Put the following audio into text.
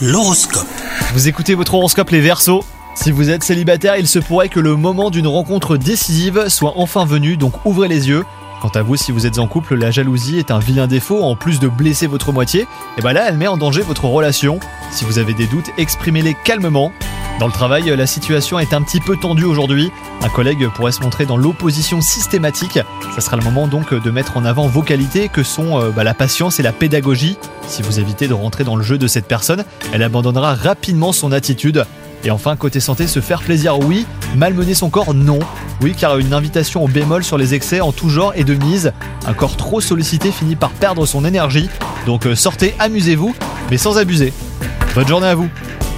L'horoscope. Vous écoutez votre horoscope les Verseaux. Si vous êtes célibataire, il se pourrait que le moment d'une rencontre décisive soit enfin venu, donc ouvrez les yeux. Quant à vous, si vous êtes en couple, la jalousie est un vilain défaut. En plus de blesser votre moitié, et là elle met en danger votre relation. Si vous avez des doutes, exprimez-les calmement. Dans le travail, la situation est un petit peu tendue aujourd'hui. Un collègue pourrait se montrer dans l'opposition systématique. Ça sera le moment donc de mettre en avant vos qualités que sont la patience et la pédagogie. Si vous évitez de rentrer dans le jeu de cette personne, elle abandonnera rapidement son attitude. Et enfin, côté santé, se faire plaisir oui, malmener son corps non. Oui, car une invitation au bémol sur les excès en tout genre est de mise. Un corps trop sollicité finit par perdre son énergie. Donc sortez, amusez-vous, mais sans abuser. Bonne journée à vous.